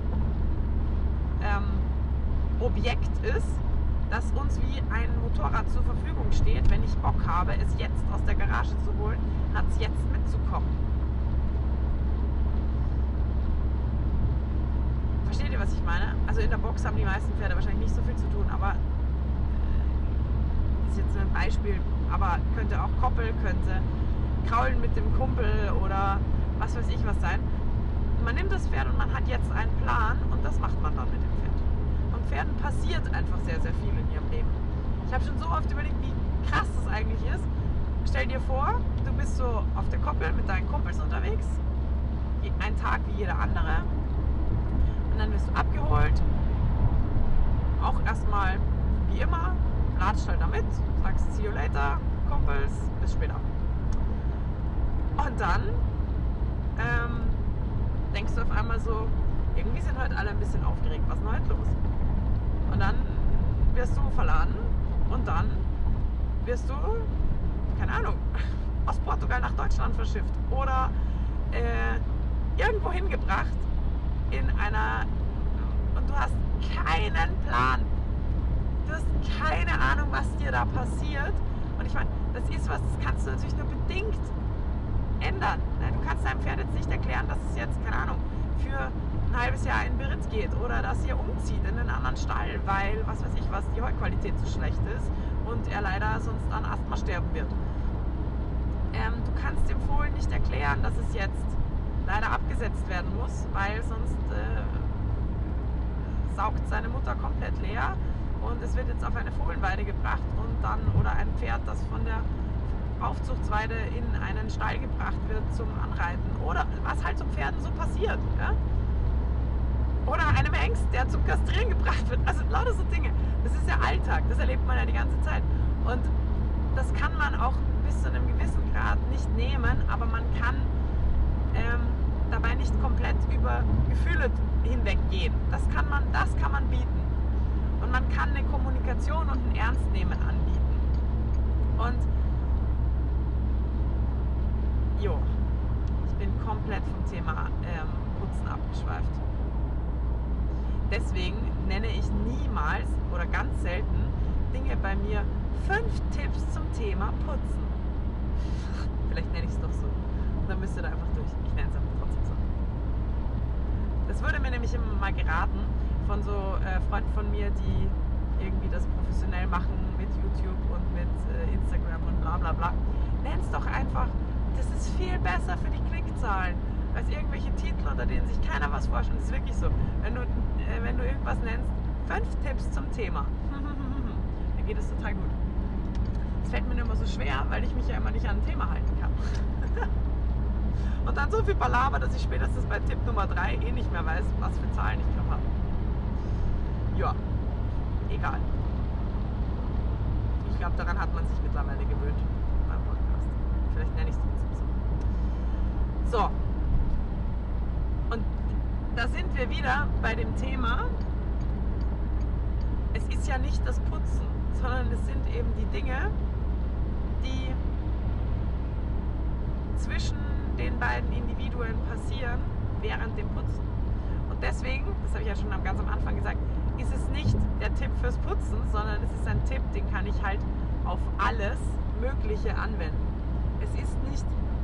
ähm, Objekt ist, das uns wie ein Motorrad zur Verfügung steht, wenn ich Bock habe, es jetzt aus der Garage zu holen, hat es jetzt mitzukommen. Versteht ihr, was was ich meine? Also in der Box haben die meisten Pferde wahrscheinlich nicht so viel zu tun, aber äh, ist jetzt nur ein Beispiel, aber könnte auch Koppel, könnte Kraulen mit dem Kumpel oder was weiß ich was sein. Man nimmt das Pferd und man hat jetzt einen Plan und das macht man dann mit dem Pferd. Und Pferden passiert einfach sehr, sehr viel in ihrem Leben. Ich habe schon so oft überlegt, wie krass das eigentlich ist. Stell dir vor, du bist so auf der Koppel mit deinen Kumpels unterwegs, ein Tag wie jeder andere, und dann wirst du abgeholt, auch erstmal wie immer, latscht halt damit, sagst see you later, Kumpels, bis später. Und dann ähm, denkst du auf einmal so, irgendwie sind heute alle ein bisschen aufgeregt, was ist denn heute los? Und dann wirst du verladen und dann wirst du, keine Ahnung, aus Portugal nach Deutschland verschifft oder äh, irgendwo hingebracht in einer, und du hast keinen Plan. Du hast keine Ahnung, was dir da passiert. Und ich meine, das ist was, das kannst du natürlich nur bedingt ändern. Du kannst deinem Pferd jetzt nicht erklären, dass es jetzt, keine Ahnung, für ein halbes Jahr in Beritt geht oder dass ihr umzieht in einen anderen Stall, weil, was weiß ich was, die Heuqualität so schlecht ist und er leider sonst an Asthma sterben wird. Ähm, du kannst dem Fohlen nicht erklären, dass es jetzt leider abgesetzt werden muss, weil sonst äh, saugt seine Mutter komplett leer und es wird jetzt auf eine Fohlenweide gebracht und dann, oder ein Pferd, das von der Aufzuchtsweide in einen Stall gebracht wird zum Anreiten oder was halt zu Pferden so passiert. Ja? Oder einem Hengst, der zum Kastrieren gebracht wird. Also lauter so Dinge. Das ist ja Alltag, das erlebt man ja die ganze Zeit. Und das kann man auch bis zu einem gewissen Grad nicht nehmen, aber man kann ähm, dabei nicht komplett über Gefühle hinweggehen. Das kann man, das kann man bieten. Und man kann eine Kommunikation und ein Ernstnehmen anbieten. Und jo, ich bin komplett vom Thema ähm, Putzen abgeschweift. Deswegen nenne ich niemals oder ganz selten Dinge bei mir fünf Tipps zum Thema Putzen. Vielleicht nenne ich es doch so. Und dann müsst ihr da einfach durch. Ich nenne es einfach trotzdem so. Das wurde mir nämlich immer mal geraten von so äh, Freunden von mir, die irgendwie das professionell machen mit YouTube und mit äh, Instagram und bla bla bla. Nenn es doch einfach. Das ist viel besser für die Klickzahlen als irgendwelche Titel, unter denen sich keiner was vorstellt. Das ist wirklich so. Wenn du, äh, wenn du irgendwas nennst, fünf Tipps zum Thema, dann geht es total gut. Es fällt mir nur immer so schwer, weil ich mich ja immer nicht an ein Thema halten kann. Und dann so viel Palaver, dass ich spätestens bei Tipp Nummer drei eh nicht mehr weiß, was für Zahlen ich glaube habe. Ja, egal. Ich glaube, daran hat man sich mittlerweile gewöhnt beim Podcast. Vielleicht nenne ich es trotzdem so. So. Und da sind wir wieder bei dem Thema, es ist ja nicht das Putzen, sondern es sind eben die Dinge, die zwischen den beiden Individuen passieren während dem Putzen. Und deswegen, das habe ich ja schon ganz am Anfang gesagt, ist es nicht der Tipp fürs Putzen, sondern es ist ein Tipp, den kann ich halt auf alles Mögliche anwenden. Es ist nicht,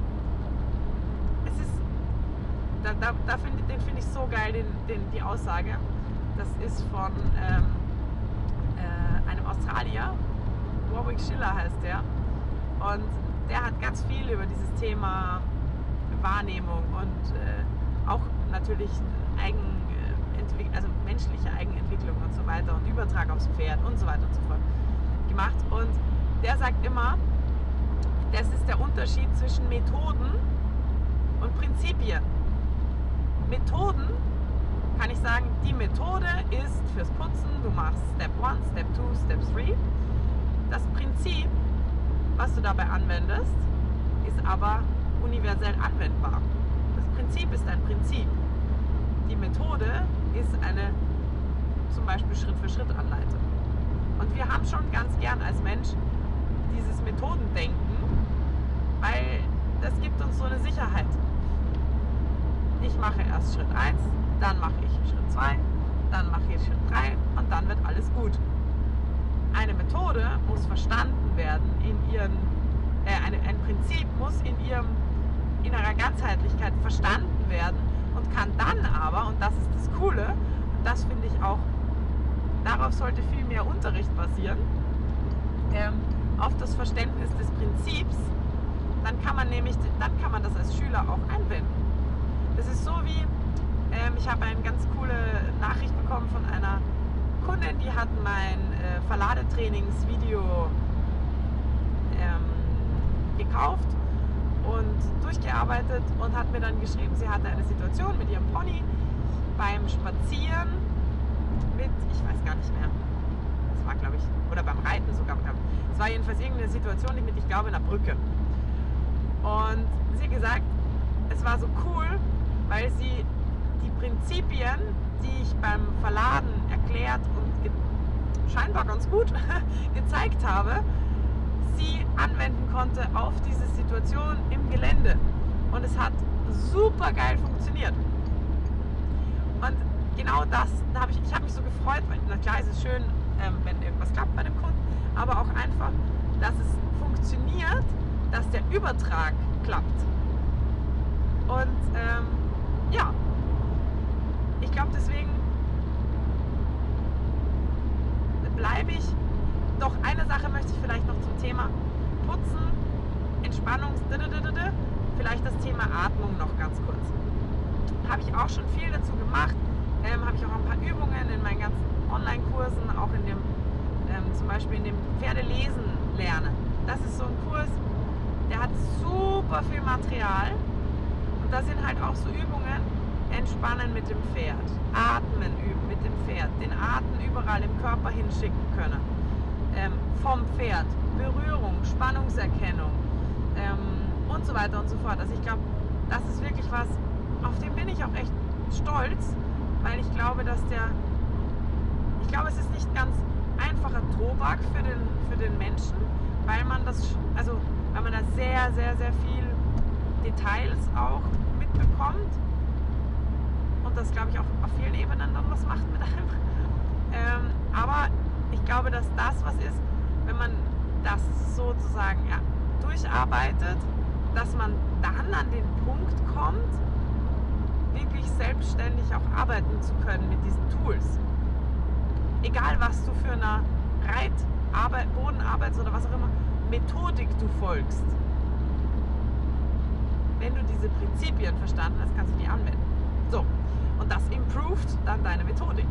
es ist, da, da, da find, den finde ich so geil, den, den, die Aussage. Das ist von ähm, äh, einem Australier, Warwick Schiller heißt der. Und der hat ganz viel über dieses Thema Wahrnehmung und äh, auch natürlich Eigenentwicklung, also menschliche Eigenentwicklung und so weiter und Übertrag aufs Pferd und so weiter und so fort gemacht. Und der sagt immer, das ist der Unterschied zwischen Methoden und Prinzipien. Methoden kann ich sagen, die Methode ist fürs Putzen, du machst Step eins, Step zwei, Step drei. Das Prinzip, was du dabei anwendest, ist aber universell anwendbar. Das Prinzip ist ein Prinzip. Die Methode ist eine zum Beispiel Schritt-für-Schritt-Anleitung. Und wir haben schon ganz gern als Mensch dieses Methodendenken, weil das gibt uns so eine Sicherheit. Ich mache erst Schritt eins, dann mache ich Schritt zwei, dann mache ich Schritt drei und dann wird alles gut. Eine Methode muss verstanden werden in ihren, äh, eine, ein Prinzip muss in ihrem innerer Ganzheitlichkeit verstanden werden und kann dann aber, und das ist das Coole, das finde ich auch, darauf sollte viel mehr Unterricht basieren, ähm, auf das Verständnis des Prinzips. Dann kann man nämlich, dann kann man das als Schüler auch anwenden. Das ist so wie, ähm, ich habe eine ganz coole Nachricht bekommen von einer Kundin, die hat mein äh, Verladetrainingsvideo ähm, gekauft und durchgearbeitet und hat mir dann geschrieben, sie hatte eine Situation mit ihrem Pony beim Spazieren mit, ich weiß gar nicht mehr, das war glaube ich, oder beim Reiten sogar, es war jedenfalls irgendeine Situation mit, ich glaube, einer Brücke. Und sie hat gesagt, es war so cool, weil sie die Prinzipien, die ich beim Verladen erklärt und scheinbar ganz gut gezeigt habe, sie anwenden konnte auf diese Situation im Gelände. Und es hat super geil funktioniert. Und genau das, da habe ich, ich habe mich so gefreut, weil na klar ist es schön, ähm, wenn irgendwas klappt bei dem Kunden, aber auch einfach, dass es funktioniert, dass der Übertrag klappt. Und ähm, ja, ich glaube deswegen bleibe ich, doch eine Sache möchte ich vielleicht noch zum Thema Putzen, Entspannungs, vielleicht das Thema Atmung noch ganz kurz. Habe ich auch schon viel dazu gemacht, ähm, habe ich auch ein paar Übungen in meinen ganzen Online-Kursen, auch in dem, ähm, zum Beispiel in dem Pferdelesen lernen. Das ist so ein Kurs, der hat super viel Material und da sind halt auch so Übungen, entspannen mit dem Pferd, atmen üben mit dem Pferd, den Atem überall im Körper hinschicken können, ähm, vom Pferd, Berührung, Spannungserkennung ähm, und so weiter und so fort. Also ich glaube, das ist wirklich was, auf den bin ich auch echt stolz, weil ich glaube, dass der, ich glaube, es ist nicht ganz einfacher Tobak für den, für den Menschen, weil man das, also weil man da sehr, sehr, sehr viel Details auch mitbekommt und das, glaube ich, auch auf vielen Ebenen dann was macht mit einem. Ähm, aber ich glaube, dass das was ist, wenn man das sozusagen ja, durcharbeitet, dass man dann an den Punkt kommt, wirklich selbstständig auch arbeiten zu können mit diesen Tools. Egal, was du für eine Reitarbeit, Bodenarbeit oder was auch immer Methodik du folgst. Wenn du diese Prinzipien verstanden hast, kannst du die anwenden. So, und das improved dann deine Methodik.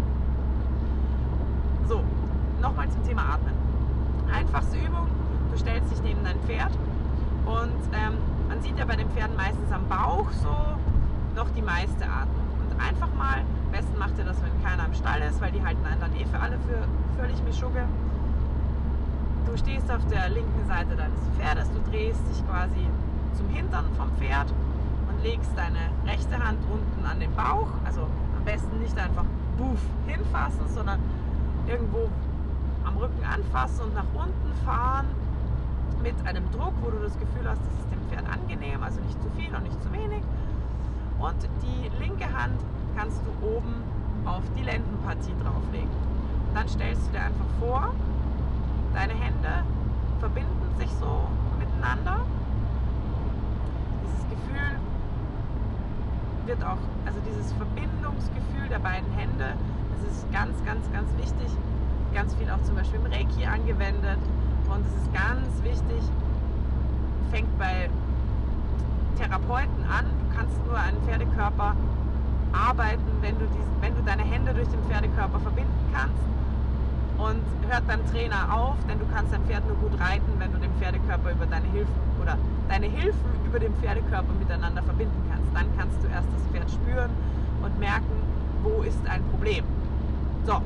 So, nochmal zum Thema Atmen. Einfachste Übung, du stellst dich neben dein Pferd und ähm, man sieht ja bei den Pferden meistens am Bauch so noch die meiste Atmung. Und einfach mal, am besten macht ihr das, wenn keiner im Stall ist, weil die halten einen dann eh für alle für völlig Mischugge. Du stehst auf der linken Seite deines Pferdes, du drehst dich quasi zum Hintern vom Pferd und legst deine rechte Hand unten an den Bauch, also am besten nicht einfach buff hinfassen, sondern irgendwo am Rücken anfassen und nach unten fahren mit einem Druck, wo du das Gefühl hast, das ist dem Pferd angenehm, also nicht zu viel und nicht zu wenig. Und die linke Hand kannst du oben auf die Lendenpartie drauflegen. Dann stellst du dir einfach vor, deine Hände verbinden sich so miteinander. Dieses Gefühl wird auch, also dieses Verbindungsgefühl der beiden Hände, das ist ganz, ganz, ganz wichtig. Ganz viel auch zum Beispiel im Reiki angewendet. Und es ist ganz wichtig, fängt bei Therapeuten an. Du kannst nur einen Pferdekörper arbeiten, wenn du, diesen, wenn du deine Hände durch den Pferdekörper verbinden kannst. Und hört beim Trainer auf, denn du kannst dein Pferd nur gut reiten, wenn du den Pferdekörper über deine Hilfen oder deine Hilfen über den Pferdekörper miteinander verbinden kannst. Dann kannst du erst das Pferd spüren und merken, wo ist ein Problem. So.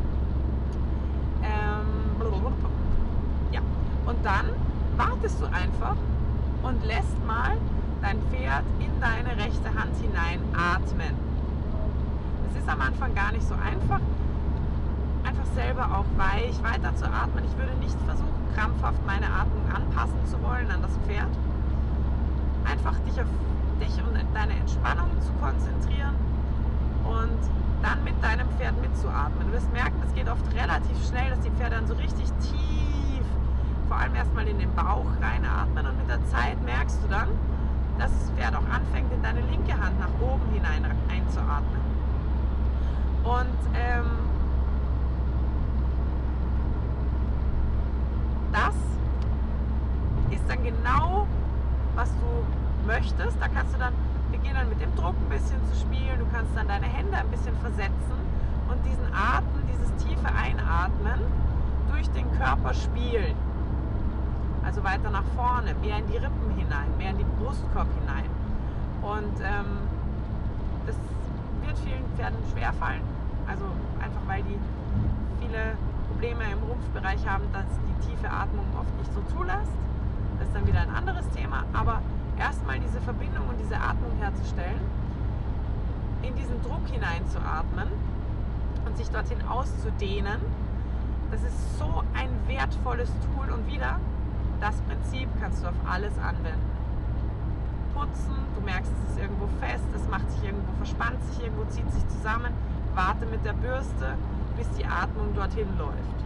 Ähm, ja. Und dann wartest du einfach und lässt mal dein Pferd in deine rechte Hand hinein atmen. Es ist am Anfang gar nicht so einfach, einfach selber auch weich weiter zu atmen. Ich würde nicht versuchen, krampfhaft meine Atmung anpassen zu wollen an das Pferd. Einfach dich auf dich und deine Entspannung zu konzentrieren und dann mit deinem Pferd mitzuatmen. Du wirst merken, es geht oft relativ schnell, dass die Pferde dann so richtig tief, vor allem erstmal in den Bauch reinatmen und mit der Zeit merkst du dann, dass das Pferd auch anfängt, in deine linke Hand nach oben hinein einzuatmen. Und ähm, das ist dann genau, was du möchtest. Da kannst du dann beginnen, mit dem Druck ein bisschen zu spielen. Du kannst dann deine Hände ein bisschen versetzen und diesen Atmen, dieses tiefe Einatmen durch den Körper spielen. Also weiter nach vorne, mehr in die Rippen hinein, mehr in den Brustkorb hinein. Und ähm, das wird vielen Pferden schwerfallen. Also einfach, weil die viele Probleme im Rumpfbereich haben, dass die tiefe Atmung oft nicht so zulässt. Das ist dann wieder ein anderes Thema. Aber erstmal diese Verbindung und diese Atmung herzustellen, in diesen Druck hineinzuatmen und sich dorthin auszudehnen, das ist so ein wertvolles Tool. Und wieder, das Prinzip kannst du auf alles anwenden. Putzen, du merkst, es ist irgendwo fest, es macht sich irgendwo, verspannt sich irgendwo, zieht sich zusammen. Warte mit der Bürste, bis die Atmung dorthin läuft.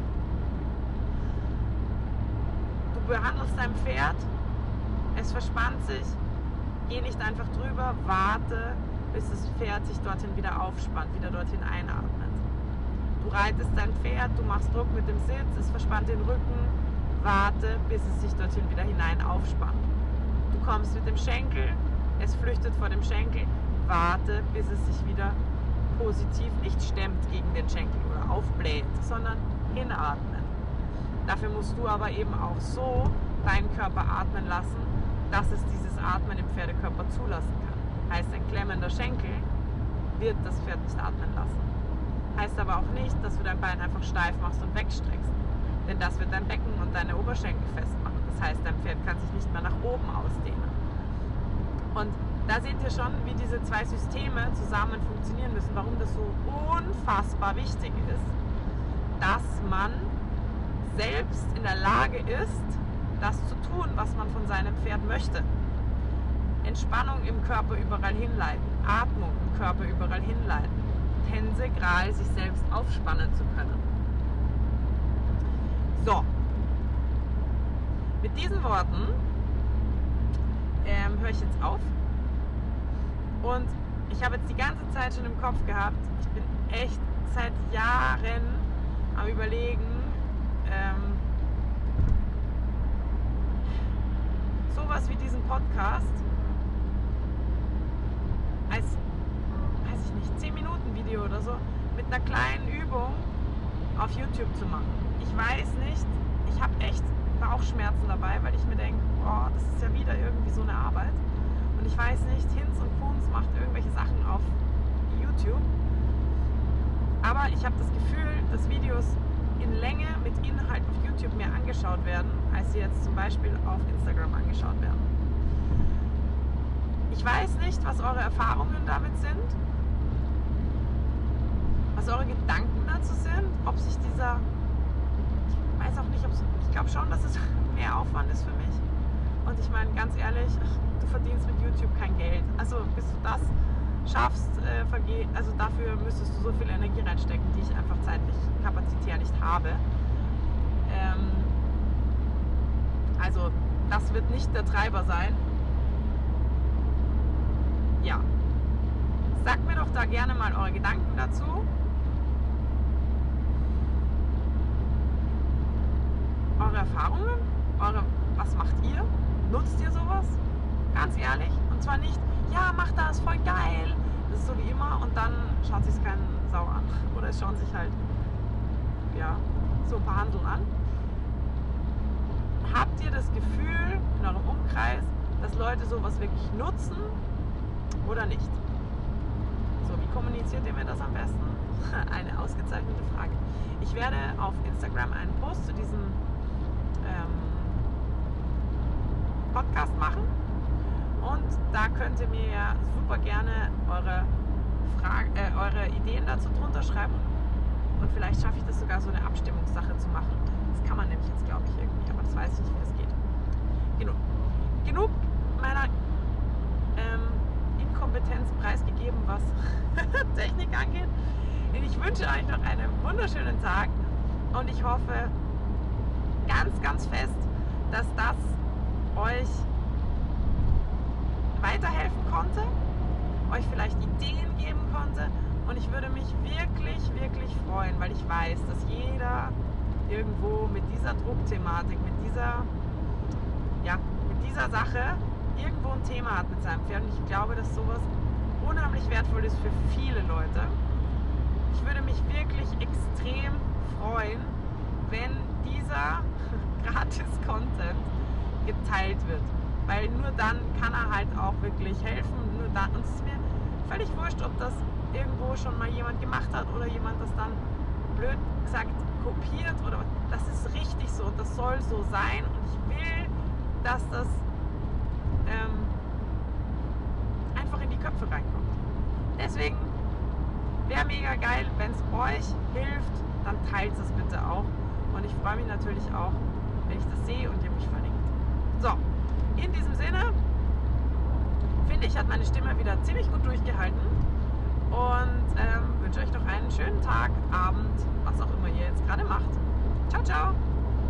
Du behandelst dein Pferd, es verspannt sich, geh nicht einfach drüber, warte, bis das Pferd sich dorthin wieder aufspannt, wieder dorthin einatmet. Du reitest dein Pferd, du machst Druck mit dem Sitz, es verspannt den Rücken, warte, bis es sich dorthin wieder hinein aufspannt. Du kommst mit dem Schenkel, es flüchtet vor dem Schenkel, warte, bis es sich wieder positiv nicht stemmt gegen den Schenkel oder aufbläht, sondern hinatmen. Dafür musst du aber eben auch so deinen Körper atmen lassen, dass es dieses Atmen im Pferdekörper zulassen kann. Heißt, ein klemmender Schenkel wird das Pferd nicht atmen lassen. Heißt aber auch nicht, dass du dein Bein einfach steif machst und wegstreckst. Denn das wird dein Becken und deine Oberschenkel festmachen. Das heißt, dein Pferd kann sich nicht mehr nach oben ausdehnen. Und da seht ihr schon, wie diese zwei Systeme zusammen funktionieren müssen, warum das so unfassbar wichtig ist, dass man selbst in der Lage ist, das zu tun, was man von seinem Pferd möchte. Entspannung im Körper überall hinleiten, Atmung im Körper überall hinleiten, Tense, Gral, sich selbst aufspannen zu können. So, mit diesen Worten ähm, höre ich jetzt auf. Und ich habe jetzt die ganze Zeit schon im Kopf gehabt, ich bin echt seit Jahren am Überlegen, ähm, sowas wie diesen Podcast als, weiß ich nicht, zehn Minuten Video oder so, mit einer kleinen Übung auf YouTube zu machen. Ich weiß nicht, ich habe echt Bauchschmerzen dabei, weil ich mir denke, boah, das ist ja wieder irgendwie so eine Arbeit. Und ich weiß nicht, Hinz und Kunz macht irgendwelche Sachen auf YouTube. Aber ich habe das Gefühl, dass Videos in Länge mit Inhalt auf YouTube mehr angeschaut werden, als sie jetzt zum Beispiel auf Instagram angeschaut werden. Ich weiß nicht, was eure Erfahrungen damit sind, was eure Gedanken dazu sind, ob sich dieser, ich weiß auch nicht, ob es, ich glaube schon, dass es mehr Aufwand ist für mich. Und ich meine, ganz ehrlich, du verdienst mit YouTube kein Geld. Also bis du das schaffst, äh, vergeht, also dafür müsstest du so viel Energie reinstecken, die ich einfach zeitlich, kapazitär nicht habe. Ähm, also das wird nicht der Treiber sein. Ja. Sagt mir doch da gerne mal eure Gedanken dazu. Eure Erfahrungen, eure, was macht ihr? Nutzt ihr sowas? Ganz ehrlich. Und zwar nicht, ja, mach das, voll geil. Das ist so wie immer und dann schaut sich kein Sau an. Oder es schauen sich halt, ja, so ein paar Handeln an. Habt ihr das Gefühl in eurem Umkreis, dass Leute sowas wirklich nutzen oder nicht? So, wie kommuniziert ihr mir das am besten? Eine ausgezeichnete Frage. Ich werde auf Instagram einen Post zu diesem ähm, Podcast machen und da könnt ihr mir super gerne eure, Frage, äh, eure Ideen dazu drunter schreiben und vielleicht schaffe ich das sogar so eine Abstimmungssache zu machen. Das kann man nämlich jetzt, glaube ich, irgendwie, aber das weiß ich nicht, wie das geht. Genug, genug meiner ähm, Inkompetenz preisgegeben, was Technik angeht. Ich wünsche euch noch einen wunderschönen Tag und ich hoffe ganz, ganz fest, dass das euch weiterhelfen konnte, euch vielleicht Ideen geben konnte Und ich würde mich wirklich, wirklich freuen, weil ich weiß, dass jeder irgendwo mit dieser Druckthematik, mit dieser, ja, mit dieser Sache irgendwo ein Thema hat mit seinem Pferd. Und ich glaube, dass sowas unheimlich wertvoll ist für viele Leute. Ich würde mich wirklich extrem freuen, wenn dieser Gratis-Content geteilt wird. Weil nur dann kann er halt auch wirklich helfen. Nur dann, und es ist mir völlig wurscht, ob das irgendwo schon mal jemand gemacht hat oder jemand das dann blöd gesagt kopiert oder was. Das ist richtig so und das soll so sein. Und ich will, dass das ähm, einfach in die Köpfe reinkommt. Deswegen wäre mega geil, wenn es euch hilft, dann teilt es bitte auch. Und ich freue mich natürlich auch, wenn ich das sehe und ihr mich verlinkt. So, in diesem Sinne finde ich, hat meine Stimme wieder ziemlich gut durchgehalten und ähm, wünsche euch noch einen schönen Tag, Abend, was auch immer ihr jetzt gerade macht. Ciao, ciao!